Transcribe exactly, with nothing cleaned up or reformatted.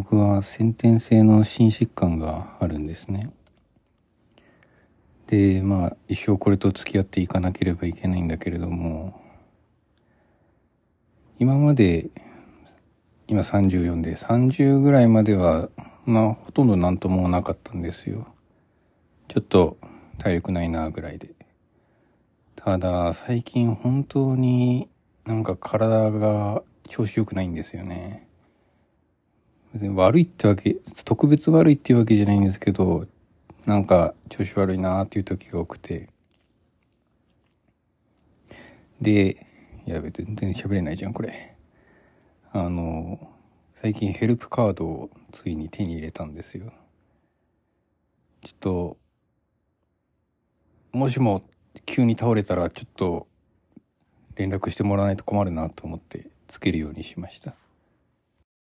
僕は先天性の心疾患があるんですね。で、まあ一生これと付き合っていかなければいけないんだけれども、今まで、今さんじゅうよんでさんじゅうぐらいまでは、まあほとんどなんともなかったんですよ。ちょっと体力ないなぐらいで。ただ最近本当になんか体が調子良くないんですよね。別に悪いってわけ、特別悪いっていうわけじゃないんですけど、なんか調子悪いなーっていう時が多くて。で、やべ、全然喋れないじゃん、これ。あの、最近ヘルプカードをついに手に入れたんですよ。ちょっと、もしも急に倒れたらちょっと連絡してもらわないと困るなと思ってつけるようにしました。